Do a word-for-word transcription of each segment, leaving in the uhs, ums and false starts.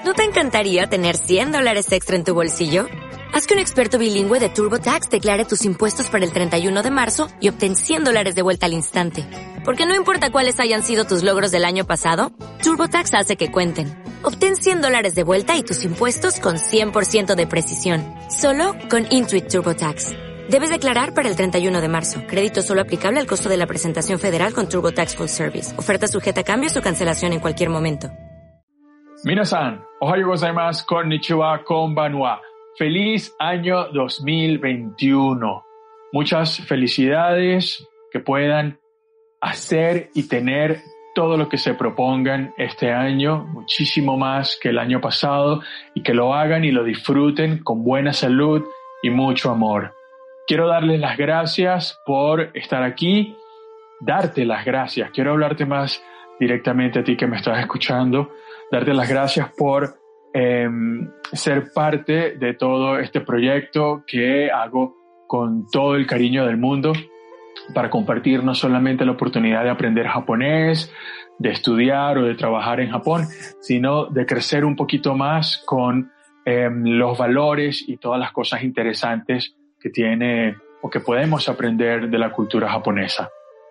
¿No te encantaría tener cien dólares extra en tu bolsillo? Haz que un experto bilingüe de TurboTax declare tus impuestos para el treinta y uno de marzo y obtén cien dólares de vuelta al instante. Porque no importa cuáles hayan sido tus logros del año pasado, TurboTax hace que cuenten. Obtén cien dólares de vuelta y tus impuestos con cien por ciento de precisión. Solo con Intuit TurboTax. Debes declarar para el treinta y uno de marzo. Crédito solo aplicable al costo de la presentación federal con TurboTax Full Service. Oferta sujeta a cambios o cancelación en cualquier momento. Minasan, ohayo gozaimasu, konnichiwa, konbanwa. Feliz año dos mil veintiuno. Muchas felicidades, que puedan hacer y tener todo lo que se propongan este año, muchísimo más que el año pasado, y que lo hagan y lo disfruten con buena salud y mucho amor. Quiero darles las gracias por estar aquí, darte las gracias. Quiero hablarte más directamente a ti que me estás escuchando, darte las gracias por eh, ser parte de todo este proyecto que hago con todo el cariño del mundo para compartir no solamente la oportunidad de aprender japonés, de estudiar o de trabajar en Japón, sino de crecer un poquito más con eh, los valores y todas las cosas interesantes que tiene o que podemos aprender de la cultura japonesa.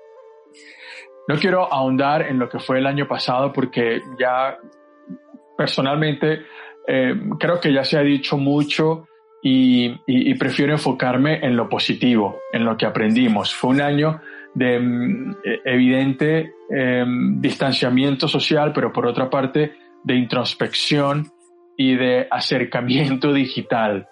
No quiero ahondar en lo que fue el año pasado porque ya personalmente eh, creo que ya se ha dicho mucho y, y, y prefiero enfocarme en lo positivo, en lo que aprendimos. Fue un año de um, evidente eh, distanciamiento social, pero por otra parte de introspección y de acercamiento digital.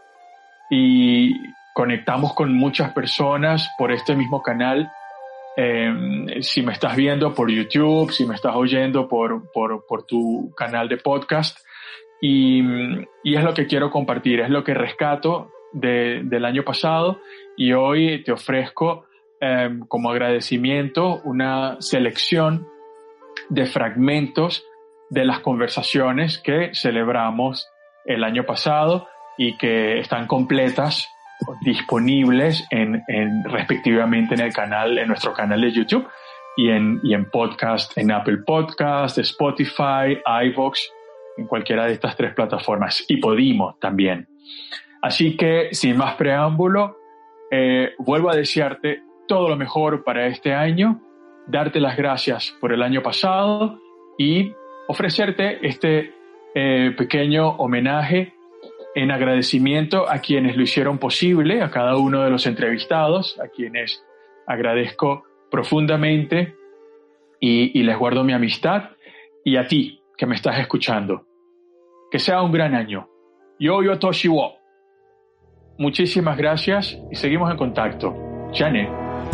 Y conectamos con muchas personas por este mismo canal. Eh, si me estás viendo por YouTube, si me estás oyendo por, por, por tu canal de podcast, y, y es lo que quiero compartir, es lo que rescato de, del año pasado, y hoy te ofrezco eh, como agradecimiento una selección de fragmentos de las conversaciones que celebramos el año pasado y que están completas, disponibles en, en respectivamente en el canal, en nuestro canal de YouTube y en, y en podcast, en Apple Podcast, Spotify, iVoox, en cualquiera de estas tres plataformas, y Podimo también. Así que, sin más preámbulo, eh, vuelvo a desearte todo lo mejor para este año, darte las gracias por el año pasado y ofrecerte este eh, pequeño homenaje en agradecimiento a quienes lo hicieron posible, a cada uno de los entrevistados, a quienes agradezco profundamente y, y les guardo mi amistad, y a ti que me estás escuchando. Que sea un gran año. Yo yo toshi wo. Muchísimas gracias y seguimos en contacto. Chane.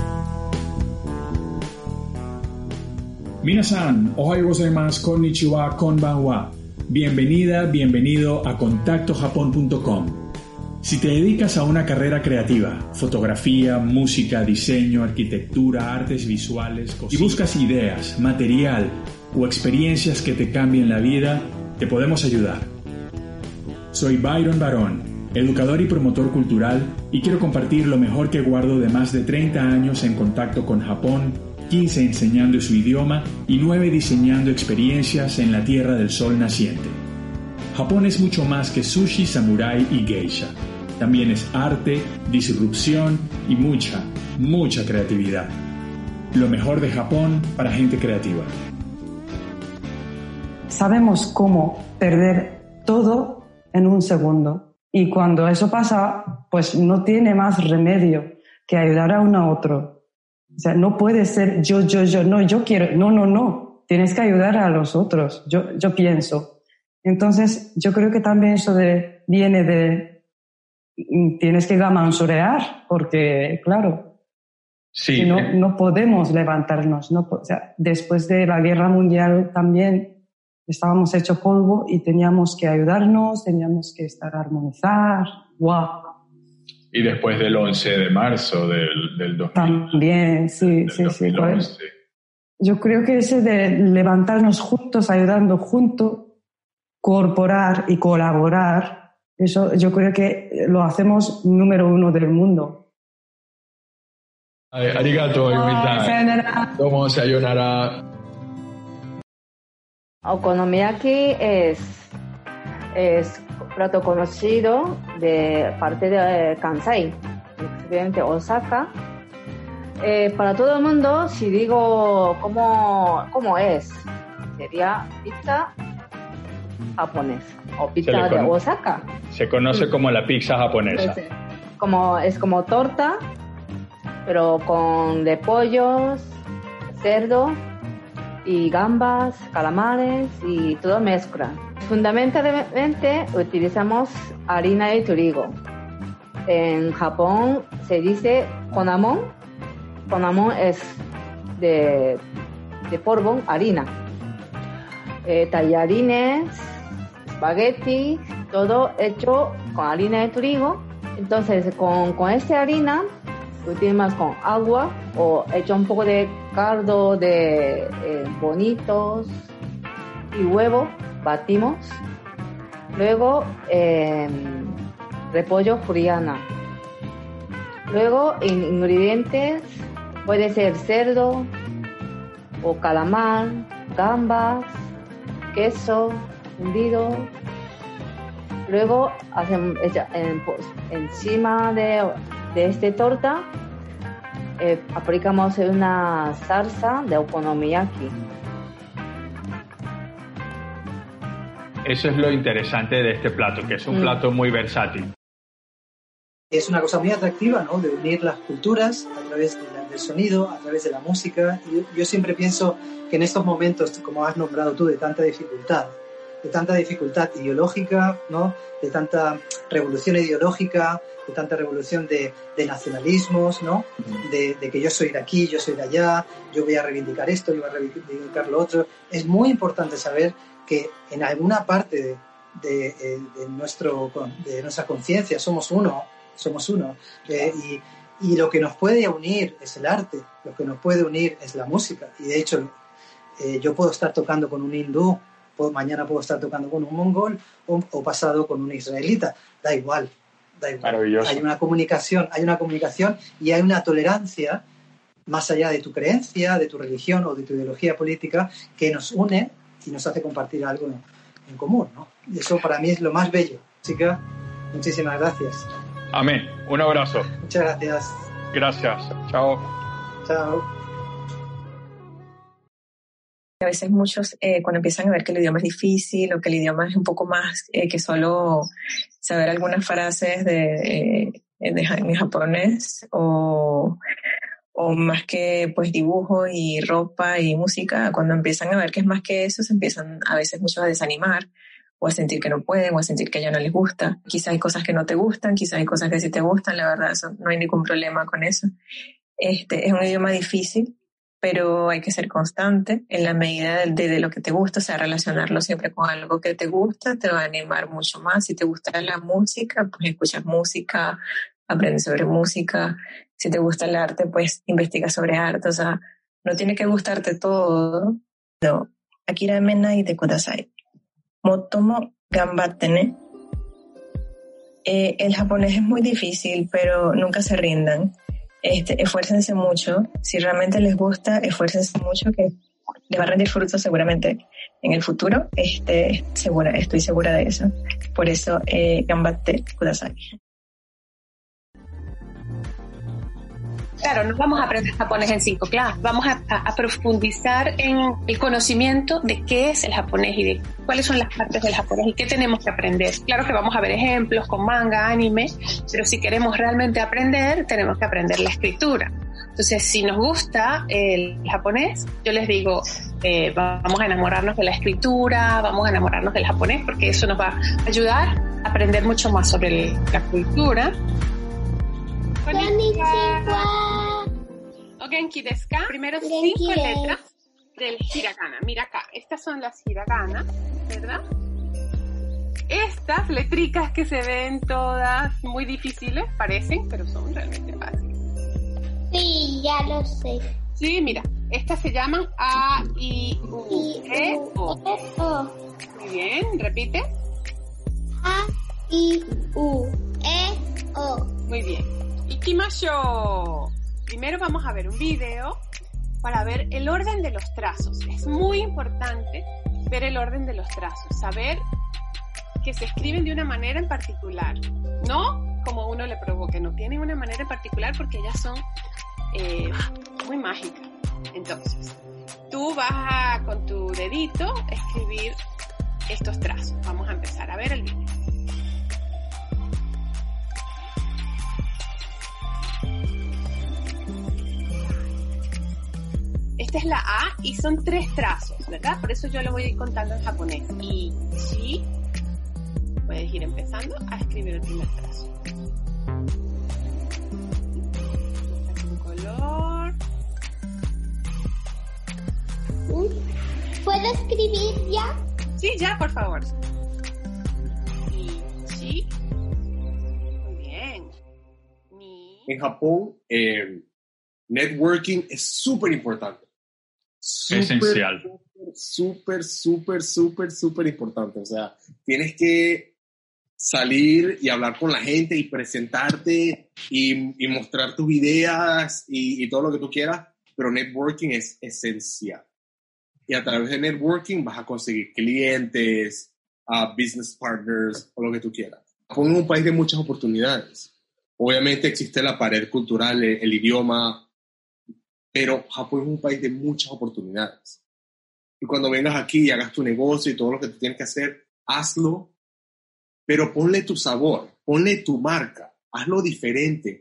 Minasan, ohayo gozaimasu, konnichiwa, konbanwa. Bienvenida, bienvenido a contacto japón punto com. Si te dedicas a una carrera creativa, fotografía, música, diseño, arquitectura, artes visuales, cocina, y buscas ideas, material o experiencias que te cambien la vida, te podemos ayudar. Soy Byron Barón, educador y promotor cultural, y quiero compartir lo mejor que guardo de más de treinta años en contacto con Japón, quince enseñando su idioma y nueve diseñando experiencias en la Tierra del Sol naciente. Japón es mucho más que sushi, samurái y geisha. También es arte, disrupción y mucha, mucha creatividad. Lo mejor de Japón para gente creativa. Sabemos cómo perder todo en un segundo. Y cuando eso pasa, pues no tiene más remedio que ayudar a uno a otro. O sea, no puede ser yo, yo, yo, no, yo quiero, no, no, no. Tienes que ayudar a los otros, yo, yo pienso. Entonces, yo creo que también eso de, viene de, tienes que gamansurear, porque, claro, sí, si no, eh. no podemos levantarnos. No, o sea, después de la Guerra Mundial también estábamos hechos polvo y teníamos que ayudarnos, teníamos que estar armonizar. ¡Wow! Y después del once de marzo del, del dos mil. También, sí, del sí, dos mil once. sí. Yo creo que ese de levantarnos juntos, ayudando juntos, cooperar y colaborar, eso yo creo que lo hacemos número uno del mundo. Arigato, Yumita. Domo sayonara. Okonomiyaki es es plato conocido de parte de Kansai, especialmente Osaka. Eh, para todo el mundo, si digo cómo, cómo es, sería pizza japonesa o pizza de Osaka. Se conoce como la pizza japonesa. Es, como, es como torta, pero con de pollos, cerdo y gambas, calamares y todo mezcla. Fundamentalmente utilizamos harina de trigo. En Japón se dice konamon. Konamon es de, de polvo, harina. Eh, tallarines, espagueti, todo hecho con harina de trigo. Entonces, con, con esta harina, utilizamos con agua o hecho un poco de caldo de eh, bonitos y huevo, batimos. Luego, eh, repollo juliana. Luego, in, ingredientes, puede ser cerdo o calamar, gambas, queso fundido. Luego hacemos en, pues, encima de, de esta torta eh, aplicamos una salsa de okonomiyaki. Eso es lo interesante de este plato, que es un mm. plato muy versátil. Es una cosa muy atractiva, ¿no? De unir las culturas a través de la, del sonido, a través de la música. Y yo, yo siempre pienso que en estos momentos, como has nombrado tú, de tanta dificultad, de tanta dificultad ideológica, ¿no? De tanta revolución ideológica, de tanta revolución de, de nacionalismos, ¿no? De, de que yo soy de aquí, yo soy de allá, yo voy a reivindicar esto, yo voy a reivindicar lo otro. Es muy importante saber que en alguna parte de, de, de, nuestro, de nuestra conciencia somos uno, somos uno. Eh, y, y lo que nos puede unir es el arte, lo que nos puede unir es la música. Y de hecho, eh, yo puedo estar tocando con un hindú, puedo, mañana puedo estar tocando con un mongol o, o pasado con un israelita. Da igual, da igual. Maravilloso. Hay una comunicación, hay una comunicación y hay una tolerancia más allá de tu creencia, de tu religión o de tu ideología política que nos une y nos hace compartir algo en, en común, ¿no? Y eso para mí es lo más bello. Así que muchísimas gracias. Amén. Un abrazo. Muchas gracias. Gracias. Chao. Chao. A veces muchos eh, cuando empiezan a ver que el idioma es difícil o que el idioma es un poco más eh, que solo saber algunas frases de, eh, de, en japonés o, o más que pues dibujo y ropa y música, cuando empiezan a ver que es más que eso, se empiezan a veces muchos a desanimar o a sentir que no pueden o a sentir que ya no les gusta. Quizá hay cosas que no te gustan, quizá hay cosas que sí te gustan, la verdad, eso, no hay ningún problema con eso. Este, es un idioma difícil, pero hay que ser constante en la medida de, de, de lo que te gusta, o sea, relacionarlo siempre con algo que te gusta, te va a animar mucho más. Si te gusta la música, pues escuchas música, aprendes sobre música. Si te gusta el arte, pues investiga sobre arte, o sea, no tiene que gustarte todo. No, akira menai de kudasai. Motomo gambatte ne. Eh, el japonés es muy difícil, pero nunca se rindan. Este, esfuércense mucho. Si realmente les gusta, esfuércense mucho, que les va a rendir frutos seguramente en el futuro. Este, segura, estoy segura de eso. Por eso, eh, gambatte kudasai. Claro, no vamos a aprender japonés en cinco clases, vamos a, a, a profundizar en el conocimiento de qué es el japonés y de cuáles son las partes del japonés y qué tenemos que aprender. Claro que vamos a ver ejemplos con manga, anime, pero si queremos realmente aprender, tenemos que aprender la escritura. Entonces, si nos gusta el japonés, yo les digo, eh, vamos a enamorarnos de la escritura, vamos a enamorarnos del japonés, porque eso nos va a ayudar a aprender mucho más sobre la cultura. Konnichiwa. O genki desu ka. Primero cinco letras del hiragana. Mira acá, estas son las hiragana, ¿verdad? Estas letricas que se ven todas muy difíciles, parecen, pero son realmente fáciles. Sí, ya lo sé. Sí, mira, estas se llaman A, I, U, E, O. Muy bien, repite. A, I, U, E, O. Muy bien. Ikimashou. Primero vamos a ver un video para ver el orden de los trazos. Es muy importante ver el orden de los trazos, saber que se escriben de una manera en particular, no como uno le provoque, no tienen una manera en particular porque ellas son eh, muy mágicas. Entonces, tú vas a, con tu dedito, escribir estos trazos. Vamos a empezar a ver el video. Esta es la A y son tres trazos, ¿verdad? Por eso yo lo voy a ir contando en japonés. Y chi, puedes ir empezando a escribir el primer trazo. Un color. ¿Puedo escribir ya? Sí, ya, por favor. Y chi. Muy bien. Ni. En Japón, eh, networking es súper importante. Super, esencial. Súper, súper, súper, súper importante. O sea, tienes que salir y hablar con la gente y presentarte y, y mostrar tus ideas y, y todo lo que tú quieras, pero networking es esencial. Y a través de networking vas a conseguir clientes, uh, business partners o lo que tú quieras. Japón es un país de muchas oportunidades. Obviamente existe la pared cultural, el, el idioma, pero Japón es un país de muchas oportunidades. Y cuando vengas aquí y hagas tu negocio y todo lo que tú tienes que hacer, hazlo, pero ponle tu sabor, ponle tu marca, hazlo diferente.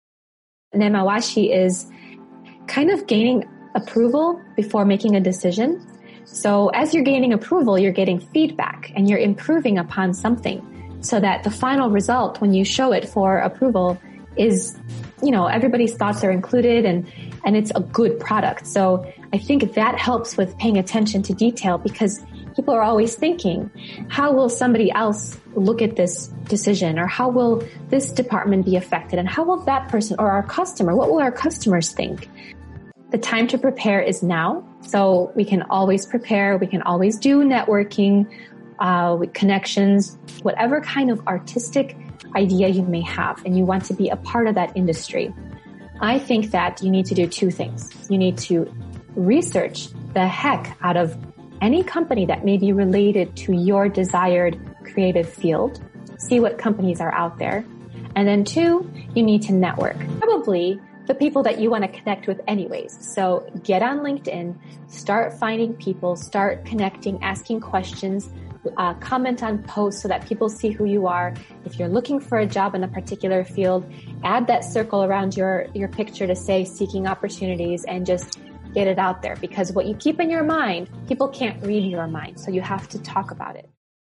Nemawashi is kind of gaining approval before making a decision. So as you're gaining approval, you're getting feedback and you're improving upon something so that the final result, when you show it for approval, is, you know, everybody's thoughts are included and, and it's a good product. So I think that helps with paying attention to detail because people are always thinking, how will somebody else look at this decision? Or how will this department be affected? And how will that person or our customer, what will our customers think? The time to prepare is now. So we can always prepare. We can always do networking, uh, with connections, whatever kind of artistic idea you may have, and you want to be a part of that industry. I think that you need to do two things. You need to research the heck out of any company that may be related to your desired creative field. See what companies are out there. And then two, you need to network. Probably the people that you want to connect with anyways. So get on LinkedIn, start finding people, start connecting, asking questions, uh, comment on posts so that people see who you are. If you're looking for a job in a particular field, add that circle around your, your picture to say seeking opportunities and just get it out there, because what you keep in your mind, people can't read your mind. So you have to talk about it.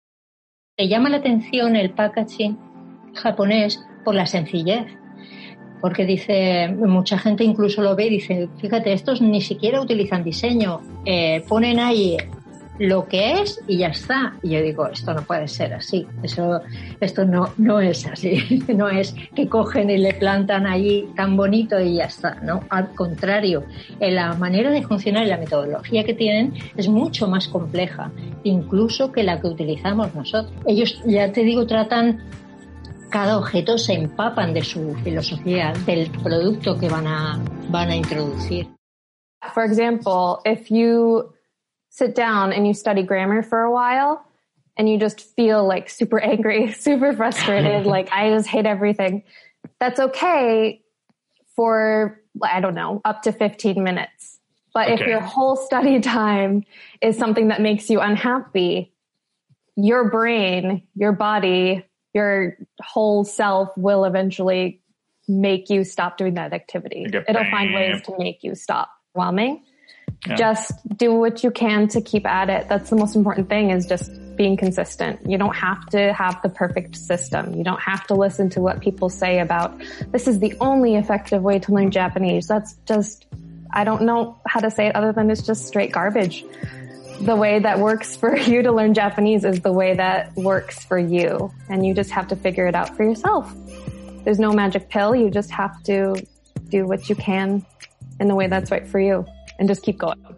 Me llama la atención el packaging japonés por la sencillez. Porque dice, mucha gente incluso lo ve y dice, fíjate, estos ni siquiera utilizan diseño, eh, ponen ahí lo que es y ya está. Y yo digo, esto no puede ser así, eso, esto no, no es así, no es que cogen y le plantan allí tan bonito y ya está, ¿no? Al contrario, la manera de funcionar y la metodología que tienen es mucho más compleja, incluso que la que utilizamos nosotros. Ellos, ya te digo, tratan cada objeto, se empapan de su filosofía, del producto que van a, van a introducir. For example, if you sit down and you study grammar for a while and you just feel like super angry, super frustrated, like I just hate everything, that's okay for, I don't know, up to fifteen minutes. But okay. If your whole study time is something that makes you unhappy, your brain, your body, your whole self will eventually make you stop doing that activity. It'll find ways to make you stop. Overwhelming. Yeah. Just do what you can to keep at it. That's the most important thing, is just being consistent. You don't have to have the perfect system. You don't have to listen to what people say about this is the only effective way to learn Japanese. That's just, I don't know how to say it other than it's just straight garbage. The way that works for you to learn Japanese is the way that works for you. And you just have to figure it out for yourself. There's no magic pill. You just have to do what you can in the way that's right for you. And just keep going.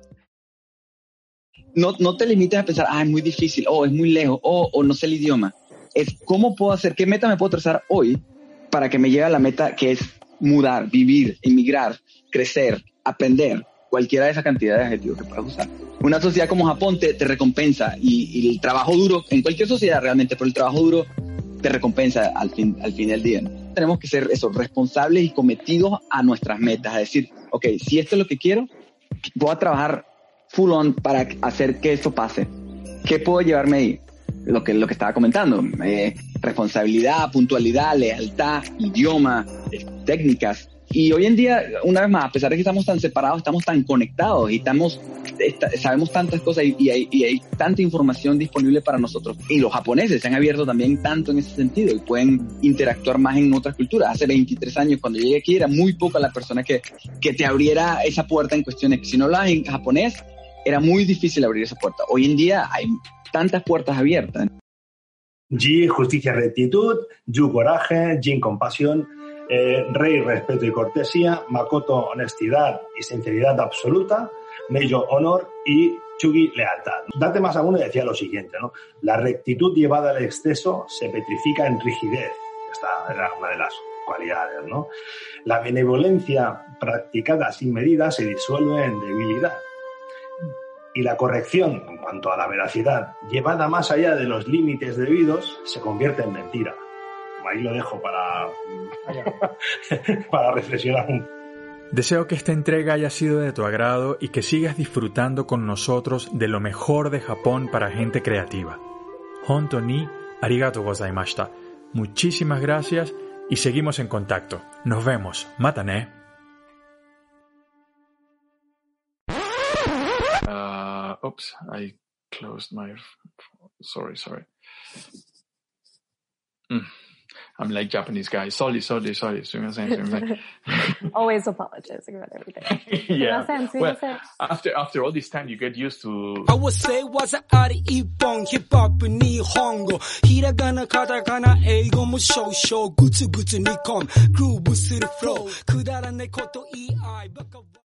No, no te limites a pensar, ah, es muy difícil, o oh, es muy lejos, o oh, oh, no sé el idioma. Es cómo puedo hacer, qué meta me puedo trazar hoy para que me llegue a la meta que es mudar, vivir, emigrar, crecer, aprender. cualquiera de esa cantidad de adjetivos que puedas usar. Una sociedad como Japón te, te recompensa y, y el trabajo duro, en cualquier sociedad realmente, pero el trabajo duro te recompensa al fin, al fin del día, ¿no? Tenemos que ser eso, responsables y cometidos a nuestras metas, a decir, ok, si esto es lo que quiero, voy a trabajar full on para hacer que eso pase. ¿Qué puedo llevarme ahí? Lo que, lo que estaba comentando, eh, responsabilidad, puntualidad, lealtad, idioma, eh, técnicas. Y hoy en día, una vez más, a pesar de que estamos tan separados, estamos tan conectados y estamos, está, sabemos tantas cosas y, y, hay, y hay tanta información disponible para nosotros. Y los japoneses se han abierto también tanto en ese sentido y pueden interactuar más en otras culturas. Hace veintitrés años, cuando llegué aquí, era muy poca la persona que, que te abriera esa puerta en cuestiones. Si no hablabas en japonés, era muy difícil abrir esa puerta. Hoy en día hay tantas puertas abiertas. Ji, justicia, rectitud. Yu, coraje. Jin, compasión. Eh, Rei, respeto y cortesía. Makoto, honestidad y sinceridad absoluta. Meijo, honor. Y Chugi, lealtad. Date más alguno decía lo siguiente, ¿no? La rectitud llevada al exceso se petrifica en rigidez. Esta era una de las cualidades, ¿no? La benevolencia practicada sin medida se disuelve en debilidad. Y la corrección, en cuanto a la veracidad, llevada más allá de los límites debidos, se convierte en mentira. Ahí lo dejo para, para reflexionar un poco. Deseo que esta entrega haya sido de tu agrado y que sigas disfrutando con nosotros de lo mejor de Japón para gente creativa. Honto ni arigatou gozaimashita. Muchísimas gracias y seguimos en contacto. Nos vemos. Mata ne. Uh, oops, I closed my... Sorry, sorry. Mm. I'm like Japanese guy. Sorry, sorry, sorry. Always apologizing about everything. Yeah. Well, after after all this time, you get used to. I would say was a ari ippon hip hop nihongo. Hiragana, katakana, eigo mo shou shou. Gutsu gutsu nikon. Groove suru flow. Kudarane koto ii.